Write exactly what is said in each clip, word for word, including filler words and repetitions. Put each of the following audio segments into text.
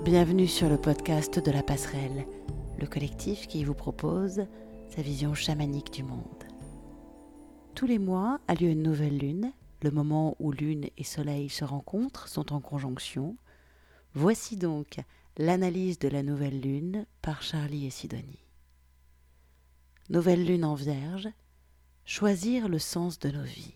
Bienvenue sur le podcast de la Passerelle, le collectif qui vous propose sa vision chamanique du monde. Tous les mois a lieu une nouvelle lune, le moment où lune et soleil se rencontrent, sont en conjonction. Voici donc l'analyse de la nouvelle lune par Charlie et Sidonie. Nouvelle lune en Vierge, choisir le sens de nos vies.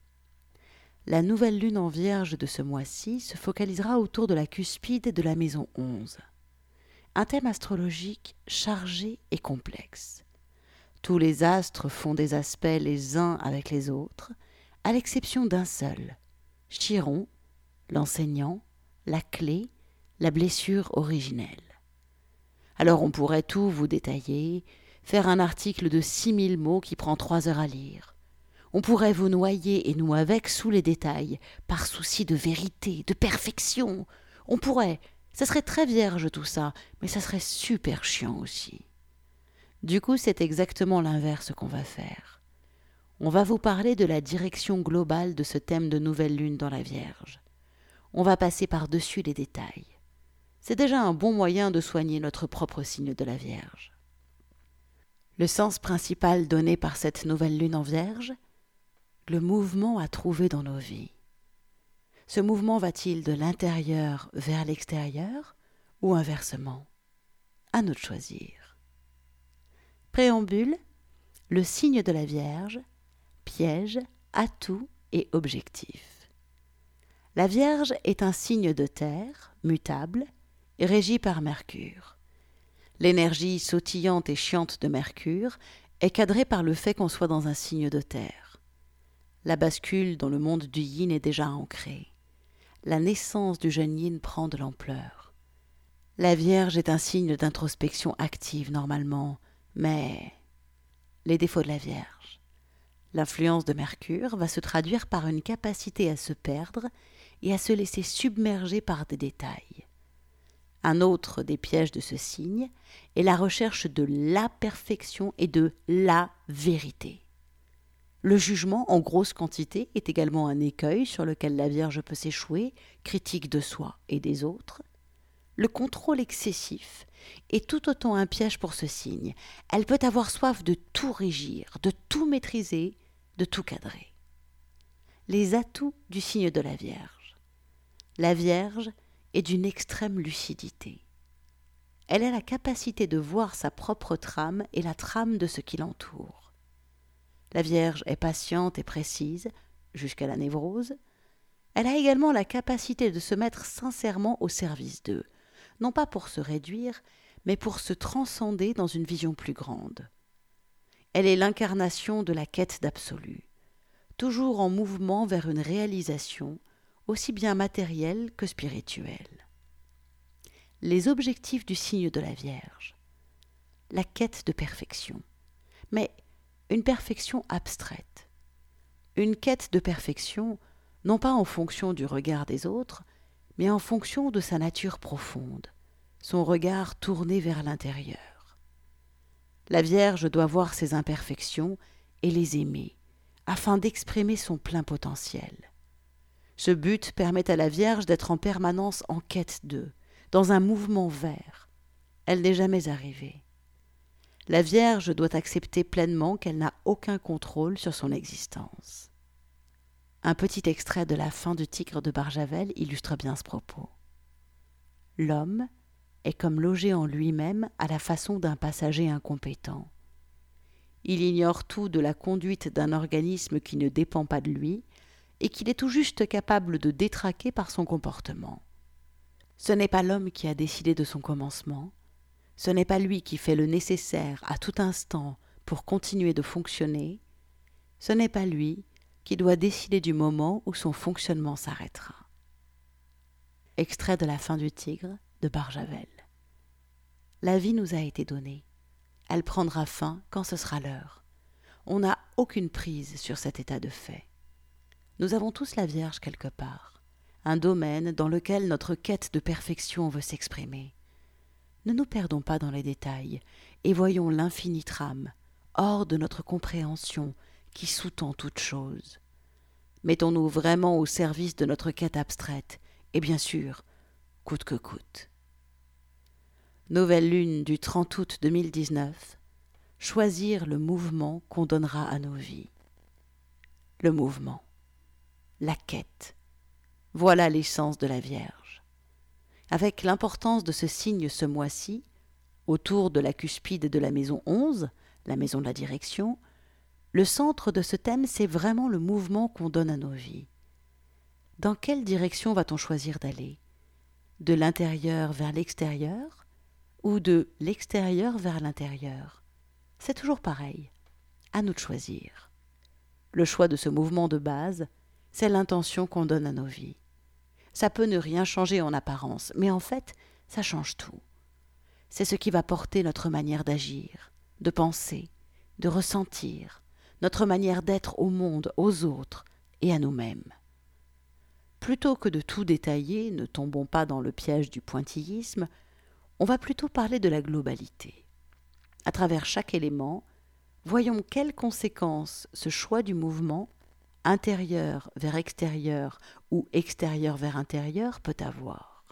La nouvelle lune en Vierge de ce mois-ci se focalisera autour de la cuspide de la maison onze. Un thème astrologique chargé et complexe. Tous les astres font des aspects les uns avec les autres, à l'exception d'un seul, Chiron, l'enseignant, la clé, la blessure originelle. Alors on pourrait tout vous détailler, faire un article de six mille mots qui prend trois heures à lire. On pourrait vous noyer et nous avec sous les détails, par souci de vérité, de perfection. On pourrait, ça serait très vierge tout ça, mais ça serait super chiant aussi. Du coup, c'est exactement l'inverse qu'on va faire. On va vous parler de la direction globale de ce thème de nouvelle lune dans la Vierge. On va passer par-dessus les détails. C'est déjà un bon moyen de soigner notre propre signe de la Vierge. Le sens principal donné par cette nouvelle lune en Vierge, le mouvement à trouver dans nos vies. Ce mouvement va-t-il de l'intérieur vers l'extérieur ou inversement? À nous de choisir. Préambule, le signe de la Vierge, piège, atout et objectif. La Vierge est un signe de terre, mutable, régi par Mercure. L'énergie sautillante et chiante de Mercure est cadrée par le fait qu'on soit dans un signe de terre. La bascule dans le monde du yin est déjà ancrée. La naissance du jeune yin prend de l'ampleur. La Vierge est un signe d'introspection active normalement, mais les défauts de la Vierge. L'influence de Mercure va se traduire par une capacité à se perdre et à se laisser submerger par des détails. Un autre des pièges de ce signe est la recherche de la perfection et de la vérité. Le jugement en grosse quantité est également un écueil sur lequel la Vierge peut s'échouer, critique de soi et des autres. Le contrôle excessif est tout autant un piège pour ce signe. Elle peut avoir soif de tout régir, de tout maîtriser, de tout cadrer. Les atouts du signe de la Vierge. La Vierge est d'une extrême lucidité. Elle a la capacité de voir sa propre trame et la trame de ce qui l'entoure. La Vierge est patiente et précise, jusqu'à la névrose. Elle a également la capacité de se mettre sincèrement au service d'eux, non pas pour se réduire, mais pour se transcender dans une vision plus grande. Elle est l'incarnation de la quête d'absolu, toujours en mouvement vers une réalisation, aussi bien matérielle que spirituelle. Les objectifs du signe de la Vierge. La quête de perfection. Mais une perfection abstraite. Une quête de perfection, non pas en fonction du regard des autres, mais en fonction de sa nature profonde, son regard tourné vers l'intérieur. La Vierge doit voir ses imperfections et les aimer, afin d'exprimer son plein potentiel. Ce but permet à la Vierge d'être en permanence en quête d'eux, dans un mouvement vers. Elle n'est jamais arrivée. La Vierge doit accepter pleinement qu'elle n'a aucun contrôle sur son existence. Un petit extrait de la fin du Tigre de Barjavel illustre bien ce propos. L'homme est comme logé en lui-même à la façon d'un passager incompétent. Il ignore tout de la conduite d'un organisme qui ne dépend pas de lui et qu'il est tout juste capable de détraquer par son comportement. Ce n'est pas l'homme qui a décidé de son commencement. Ce n'est pas lui qui fait le nécessaire à tout instant pour continuer de fonctionner. Ce n'est pas lui qui doit décider du moment où son fonctionnement s'arrêtera. Extrait de la fin du Tigre de Barjavel. La vie nous a été donnée. Elle prendra fin quand ce sera l'heure. On n'a aucune prise sur cet état de fait. Nous avons tous la Vierge quelque part, un domaine dans lequel notre quête de perfection veut s'exprimer. Ne nous perdons pas dans les détails et voyons l'infinie trame, hors de notre compréhension, qui sous-tend toute chose. Mettons-nous vraiment au service de notre quête abstraite, et bien sûr, coûte que coûte. nouvelle lune du trente août deux mille dix-neuf, choisir le mouvement qu'on donnera à nos vies. Le mouvement, la quête, voilà l'essence de la Vierge. Avec l'importance de ce signe ce mois-ci, autour de la cuspide de la maison onze, la maison de la direction, le centre de ce thème, c'est vraiment le mouvement qu'on donne à nos vies. Dans quelle direction va-t-on choisir d'aller ? De l'intérieur vers l'extérieur ou de l'extérieur vers l'intérieur ? C'est toujours pareil, à nous de choisir. Le choix de ce mouvement de base, c'est l'intention qu'on donne à nos vies. Ça peut ne rien changer en apparence, mais en fait, ça change tout. C'est ce qui va porter notre manière d'agir, de penser, de ressentir, notre manière d'être au monde, aux autres et à nous-mêmes. Plutôt que de tout détailler, ne tombons pas dans le piège du pointillisme, on va plutôt parler de la globalité. À travers chaque élément, voyons quelles conséquences ce choix du mouvement, intérieur vers extérieur ou extérieur vers intérieur, peut avoir.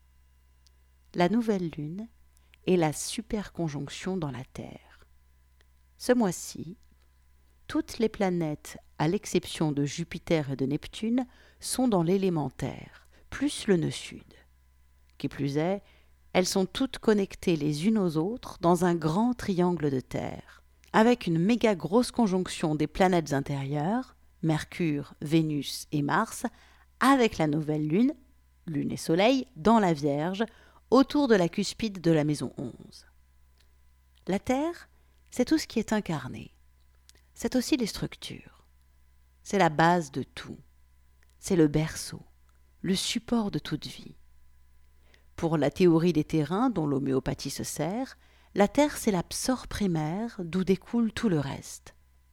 La nouvelle lune est la superconjonction dans la Terre. Ce mois-ci, toutes les planètes, à l'exception de Jupiter et de Neptune, sont dans l'élémentaire, plus le nœud sud. Qui plus est, elles sont toutes connectées les unes aux autres dans un grand triangle de Terre, avec une méga grosse conjonction des planètes intérieures, Mercure, Vénus et Mars, avec la nouvelle lune, lune et soleil, dans la Vierge, autour de la cuspide de la maison onze. La Terre, c'est tout ce qui est incarné. C'est aussi les structures. C'est la base de tout. C'est le berceau, le support de toute vie. Pour la théorie des terrains dont l'homéopathie se sert, la Terre c'est la psore primaire d'où découle tout le reste.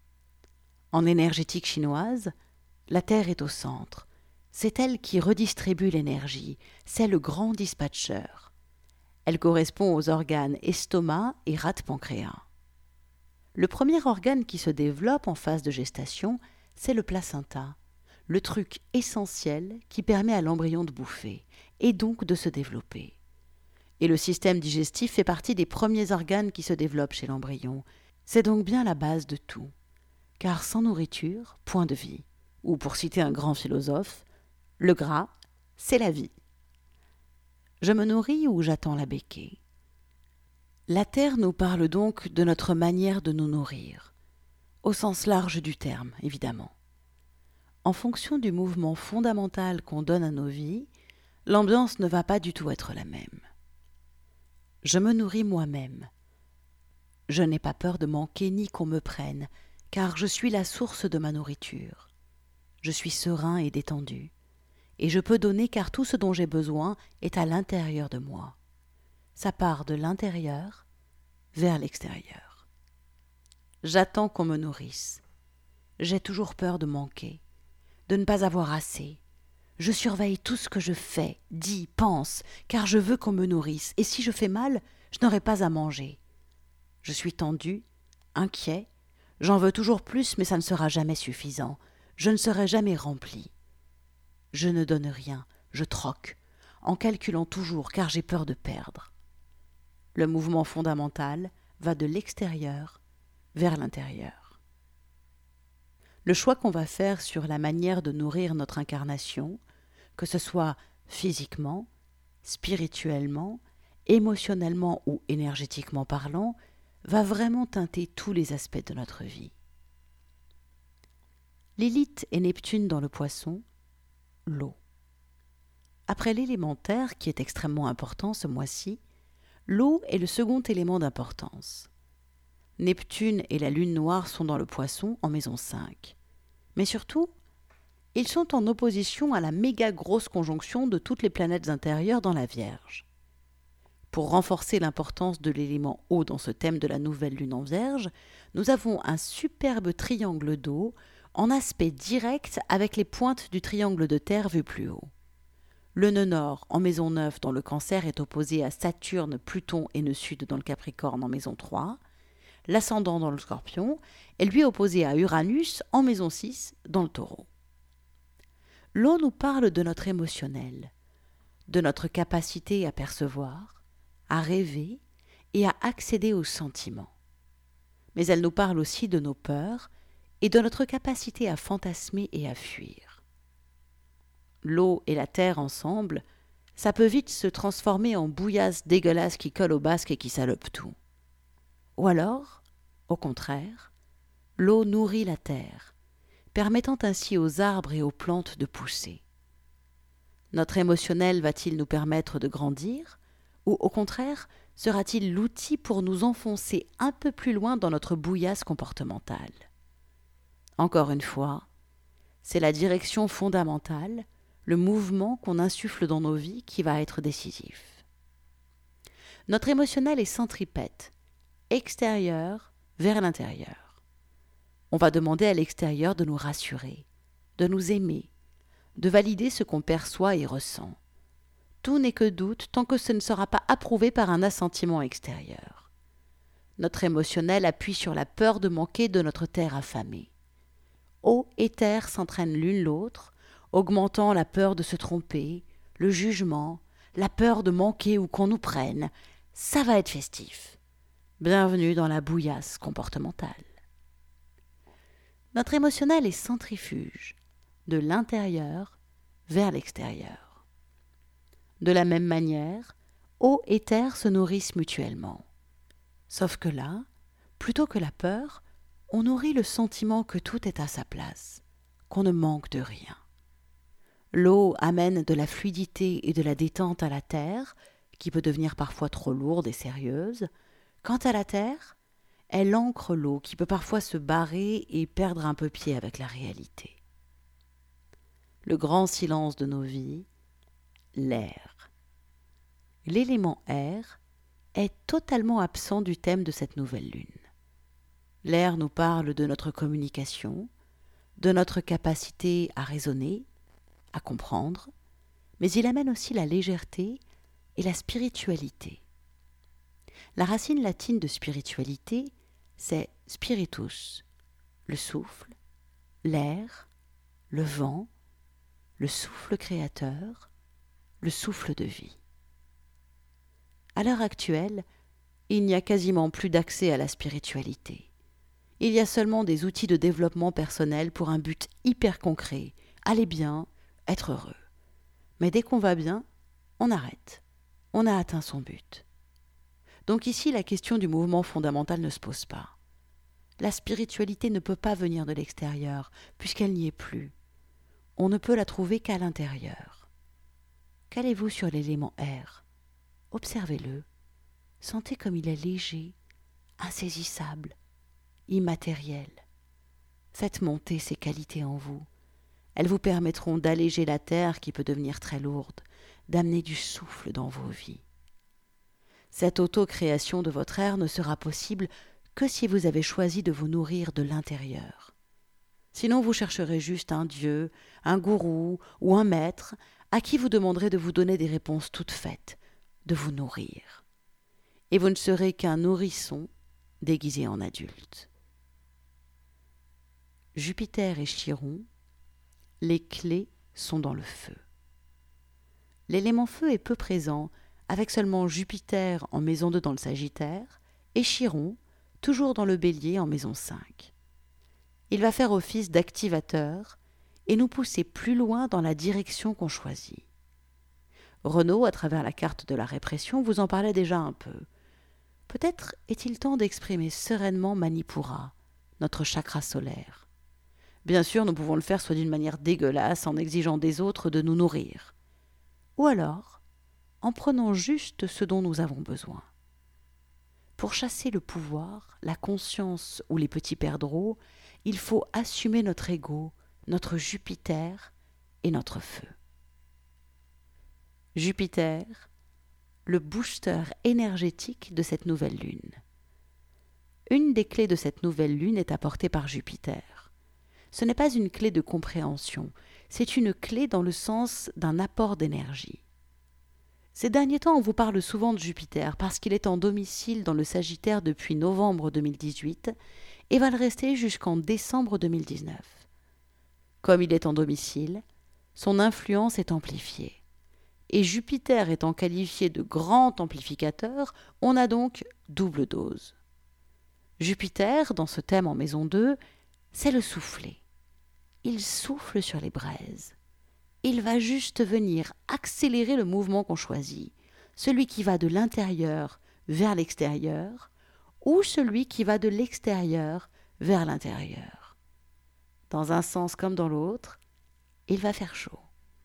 En énergétique chinoise, la Terre est au centre. C'est elle qui redistribue l'énergie, c'est le grand dispatcheur. Elle correspond aux organes estomac et rate pancréas. Le premier organe qui se développe en phase de gestation, c'est le placenta, le truc essentiel qui permet à l'embryon de bouffer, et donc de se développer. Et le système digestif fait partie des premiers organes qui se développent chez l'embryon. C'est donc bien la base de tout. Car sans nourriture, point de vie. Ou pour citer un grand philosophe, le gras, c'est la vie. Je me nourris ou j'attends la béquée. La Terre nous parle donc de notre manière de nous nourrir, au sens large du terme, évidemment. En fonction du mouvement fondamental qu'on donne à nos vies, l'ambiance ne va pas du tout être la même. Je me nourris moi-même. Je n'ai pas peur de manquer ni qu'on me prenne, car je suis la source de ma nourriture. Je suis serein et détendu, et je peux donner car tout ce dont j'ai besoin est à l'intérieur de moi. Ça part de l'intérieur vers l'extérieur. J'attends qu'on me nourrisse. J'ai toujours peur de manquer, de ne pas avoir assez. Je surveille tout ce que je fais, dis, pense, car je veux qu'on me nourrisse, et si je fais mal, je n'aurai pas à manger. Je suis tendu, inquiet, j'en veux toujours plus, mais ça ne sera jamais suffisant. Je ne serai jamais rempli. Je ne donne rien, je troque, en calculant toujours, car j'ai peur de perdre. Le mouvement fondamental va de l'extérieur vers l'intérieur. Le choix qu'on va faire sur la manière de nourrir notre incarnation, que ce soit physiquement, spirituellement, émotionnellement ou énergétiquement parlant, va vraiment teinter tous les aspects de notre vie. Lilith et Neptune dans le Poisson, l'eau. Après l'élémentaire, qui est extrêmement important ce mois-ci, l'eau est le second élément d'importance. Neptune et la Lune noire sont dans le Poisson en maison cinq. Mais surtout, ils sont en opposition à la méga grosse conjonction de toutes les planètes intérieures dans la Vierge. Pour renforcer l'importance de l'élément eau dans ce thème de la nouvelle Lune en Vierge, nous avons un superbe triangle d'eau en aspect direct avec les pointes du triangle de terre vu plus haut. Le nœud nord en maison neuf dans le Cancer est opposé à Saturne, Pluton et nœud sud dans le Capricorne en maison trois. L'ascendant dans le Scorpion est lui opposé à Uranus en maison six dans le Taureau. L'eau nous parle de notre émotionnel, de notre capacité à percevoir, à rêver et à accéder aux sentiments. Mais elle nous parle aussi de nos peurs et de notre capacité à fantasmer et à fuir. L'eau et la terre ensemble, ça peut vite se transformer en bouillasse dégueulasse qui colle au basque et qui salope tout. Ou alors, au contraire, l'eau nourrit la terre, permettant ainsi aux arbres et aux plantes de pousser. Notre émotionnel va-t-il nous permettre de grandir, ou au contraire, sera-t-il l'outil pour nous enfoncer un peu plus loin dans notre bouillasse comportementale ? Encore une fois, c'est la direction fondamentale, le mouvement qu'on insuffle dans nos vies qui va être décisif. Notre émotionnel est centripète, extérieur vers l'intérieur. On va demander à l'extérieur de nous rassurer, de nous aimer, de valider ce qu'on perçoit et ressent. Tout n'est que doute tant que ce ne sera pas approuvé par un assentiment extérieur. Notre émotionnel appuie sur la peur de manquer de notre terre affamée. Eau et terre s'entraînent l'une l'autre, augmentant la peur de se tromper, le jugement, la peur de manquer ou qu'on nous prenne. Ça va être festif. Bienvenue dans la bouillasse comportementale. Notre émotionnel est centrifuge, de l'intérieur vers l'extérieur. De la même manière, eau et terre se nourrissent mutuellement. Sauf que là, plutôt que la peur, on nourrit le sentiment que tout est à sa place, qu'on ne manque de rien. L'eau amène de la fluidité et de la détente à la terre, qui peut devenir parfois trop lourde et sérieuse. Quant à la terre, elle ancre l'eau qui peut parfois se barrer et perdre un peu pied avec la réalité. Le grand silence de nos vies, l'air. L'élément air est totalement absent du thème de cette nouvelle lune. L'air nous parle de notre communication, de notre capacité à raisonner, à comprendre, mais il amène aussi la légèreté et la spiritualité. La racine latine de spiritualité, c'est spiritus, le souffle, l'air, le vent, le souffle créateur, le souffle de vie. À l'heure actuelle, il n'y a quasiment plus d'accès à la spiritualité. Il y a seulement des outils de développement personnel pour un but hyper concret, aller bien, être heureux. Mais dès qu'on va bien, on arrête. On a atteint son but. Donc ici, la question du mouvement fondamental ne se pose pas. La spiritualité ne peut pas venir de l'extérieur, puisqu'elle n'y est plus. On ne peut la trouver qu'à l'intérieur. Qu'allez-vous sur l'élément air ? Observez-le. Sentez comme il est léger, insaisissable, immatériel. Faites monter ces qualités en vous. Elles vous permettront d'alléger la terre qui peut devenir très lourde, d'amener du souffle dans vos vies. Cette auto-création de votre air ne sera possible que si vous avez choisi de vous nourrir de l'intérieur. Sinon, vous chercherez juste un dieu, un gourou ou un maître à qui vous demanderez de vous donner des réponses toutes faites, de vous nourrir. Et vous ne serez qu'un nourrisson déguisé en adulte. Jupiter et Chiron, les clés sont dans le feu. L'élément feu est peu présent, avec seulement Jupiter en maison deux dans le Sagittaire et Chiron, toujours dans le Bélier en maison cinq. Il va faire office d'activateur et nous pousser plus loin dans la direction qu'on choisit. Renaud, à travers la carte de la répression, vous en parlait déjà un peu. Peut-être est-il temps d'exprimer sereinement Manipura, notre chakra solaire. Bien sûr, nous pouvons le faire soit d'une manière dégueulasse, en exigeant des autres de nous nourrir. Ou alors, en prenant juste ce dont nous avons besoin. Pour chasser le pouvoir, la conscience ou les petits perdreaux, il faut assumer notre ego, notre Jupiter et notre feu. Jupiter, le booster énergétique de cette nouvelle lune. Une des clés de cette nouvelle lune est apportée par Jupiter. Ce n'est pas une clé de compréhension, c'est une clé dans le sens d'un apport d'énergie. Ces derniers temps, on vous parle souvent de Jupiter parce qu'il est en domicile dans le Sagittaire depuis novembre deux mille dix-huit et va le rester jusqu'en décembre deux mille dix-neuf. Comme il est en domicile, son influence est amplifiée. et Jupiter étant qualifié de grand amplificateur, on a donc double dose. Jupiter, dans ce thème en maison deux, c'est le souffler. Il souffle sur les braises. Il va juste venir accélérer le mouvement qu'on choisit, celui qui va de l'intérieur vers l'extérieur ou celui qui va de l'extérieur vers l'intérieur. Dans un sens comme dans l'autre, il va faire chaud.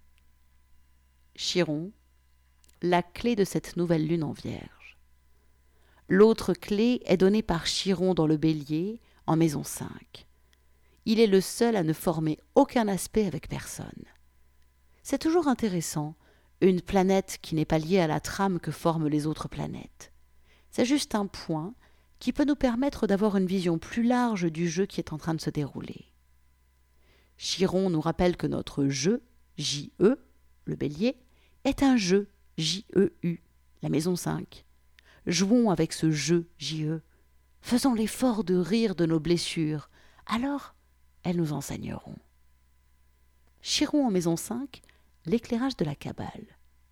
Chiron, la clé de cette nouvelle lune en Vierge. L'autre clé est donnée par Chiron dans le Bélier, en maison cinq. Il est le seul à ne former aucun aspect avec personne. C'est toujours intéressant, une planète qui n'est pas liée à la trame que forment les autres planètes. C'est juste un point qui peut nous permettre d'avoir une vision plus large du jeu qui est en train de se dérouler. Chiron nous rappelle que notre jeu, J E, le Bélier, est un jeu, J E U, la maison cinq. Jouons avec ce jeu, J E. Faisons l'effort de rire de nos blessures. Alors, elles nous enseigneront. Chiron en maison cinq, l'éclairage de la Kabbale.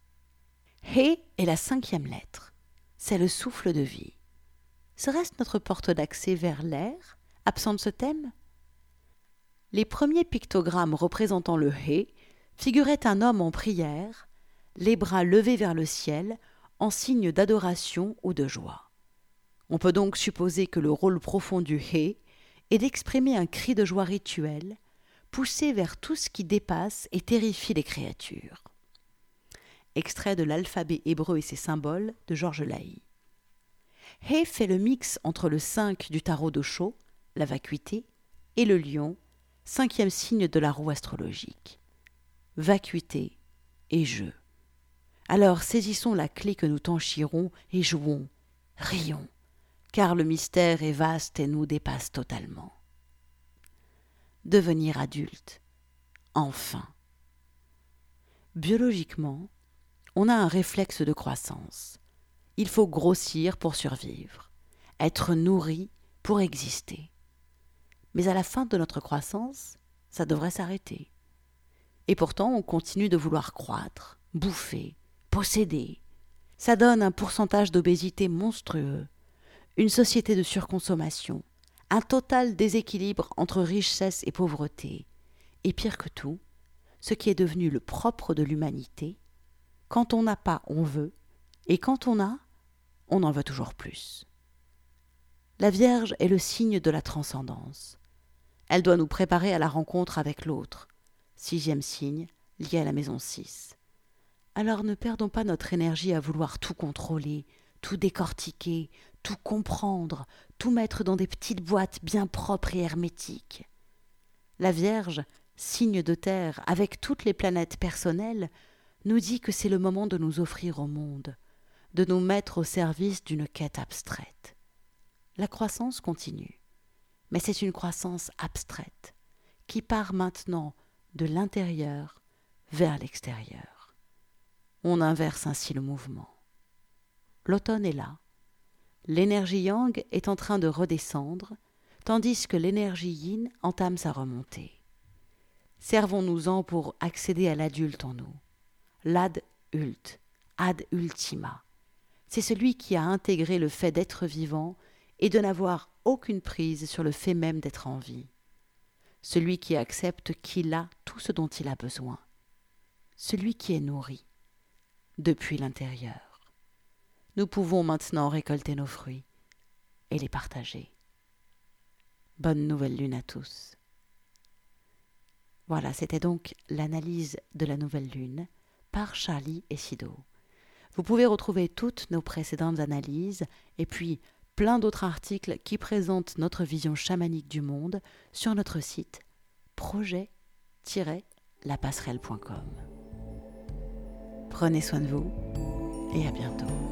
Hé est la cinquième lettre. C'est le souffle de vie. Serait-ce notre porte d'accès vers l'air, absent de ce thème? Les premiers pictogrammes représentant le Hé figuraient un homme en prière, les bras levés vers le ciel, en signe d'adoration ou de joie. On peut donc supposer que le rôle profond du Hé est d'exprimer un cri de joie rituel, poussé vers tout ce qui dépasse et terrifie les créatures. Extrait de l'alphabet hébreu et ses symboles de Georges Lahy. Hé fait le mix entre le cinq du tarot de Chaux, la vacuité, et le lion, cinquième signe de la roue astrologique. Vacuité et jeu. Alors saisissons la clé que nous tend Chiron et jouons, rions, car le mystère est vaste et nous dépasse totalement. Devenir adulte, enfin. Biologiquement, on a un réflexe de croissance. Il faut grossir pour survivre, être nourri pour exister. Mais à la fin de notre croissance, ça devrait s'arrêter. Et pourtant, on continue de vouloir croître, bouffer, posséder. Ça donne un pourcentage d'obésité monstrueux, une société de surconsommation, un total déséquilibre entre richesse et pauvreté. Et pire que tout, ce qui est devenu le propre de l'humanité, quand on n'a pas, on veut, et quand on a, on en veut toujours plus. La Vierge est le signe de la transcendance. Elle doit nous préparer à la rencontre avec l'autre, sixième signe, lié à la maison six. Alors ne perdons pas notre énergie à vouloir tout contrôler, tout décortiquer, tout comprendre, tout mettre dans des petites boîtes bien propres et hermétiques. La Vierge, signe de terre avec toutes les planètes personnelles, nous dit que c'est le moment de nous offrir au monde, de nous mettre au service d'une quête abstraite. La croissance continue, mais c'est une croissance abstraite qui part maintenant de l'intérieur vers l'extérieur. On inverse ainsi le mouvement. L'automne est là. L'énergie yang est en train de redescendre, tandis que l'énergie yin entame sa remontée. Servons-nous-en pour accéder à l'adulte en nous. L'ad ult, ad ultima. C'est celui qui a intégré le fait d'être vivant et de n'avoir aucune prise sur le fait même d'être en vie. Celui qui accepte qu'il a tout ce dont il a besoin. Celui qui est nourri depuis l'intérieur. Nous pouvons maintenant récolter nos fruits et les partager. Bonne nouvelle lune à tous. Voilà, c'était donc l'analyse de la nouvelle lune par Charlie et Sido. Vous pouvez retrouver toutes nos précédentes analyses et puis plein d'autres articles qui présentent notre vision chamanique du monde sur notre site projet tiret la passerelle point com. Prenez soin de vous et à bientôt.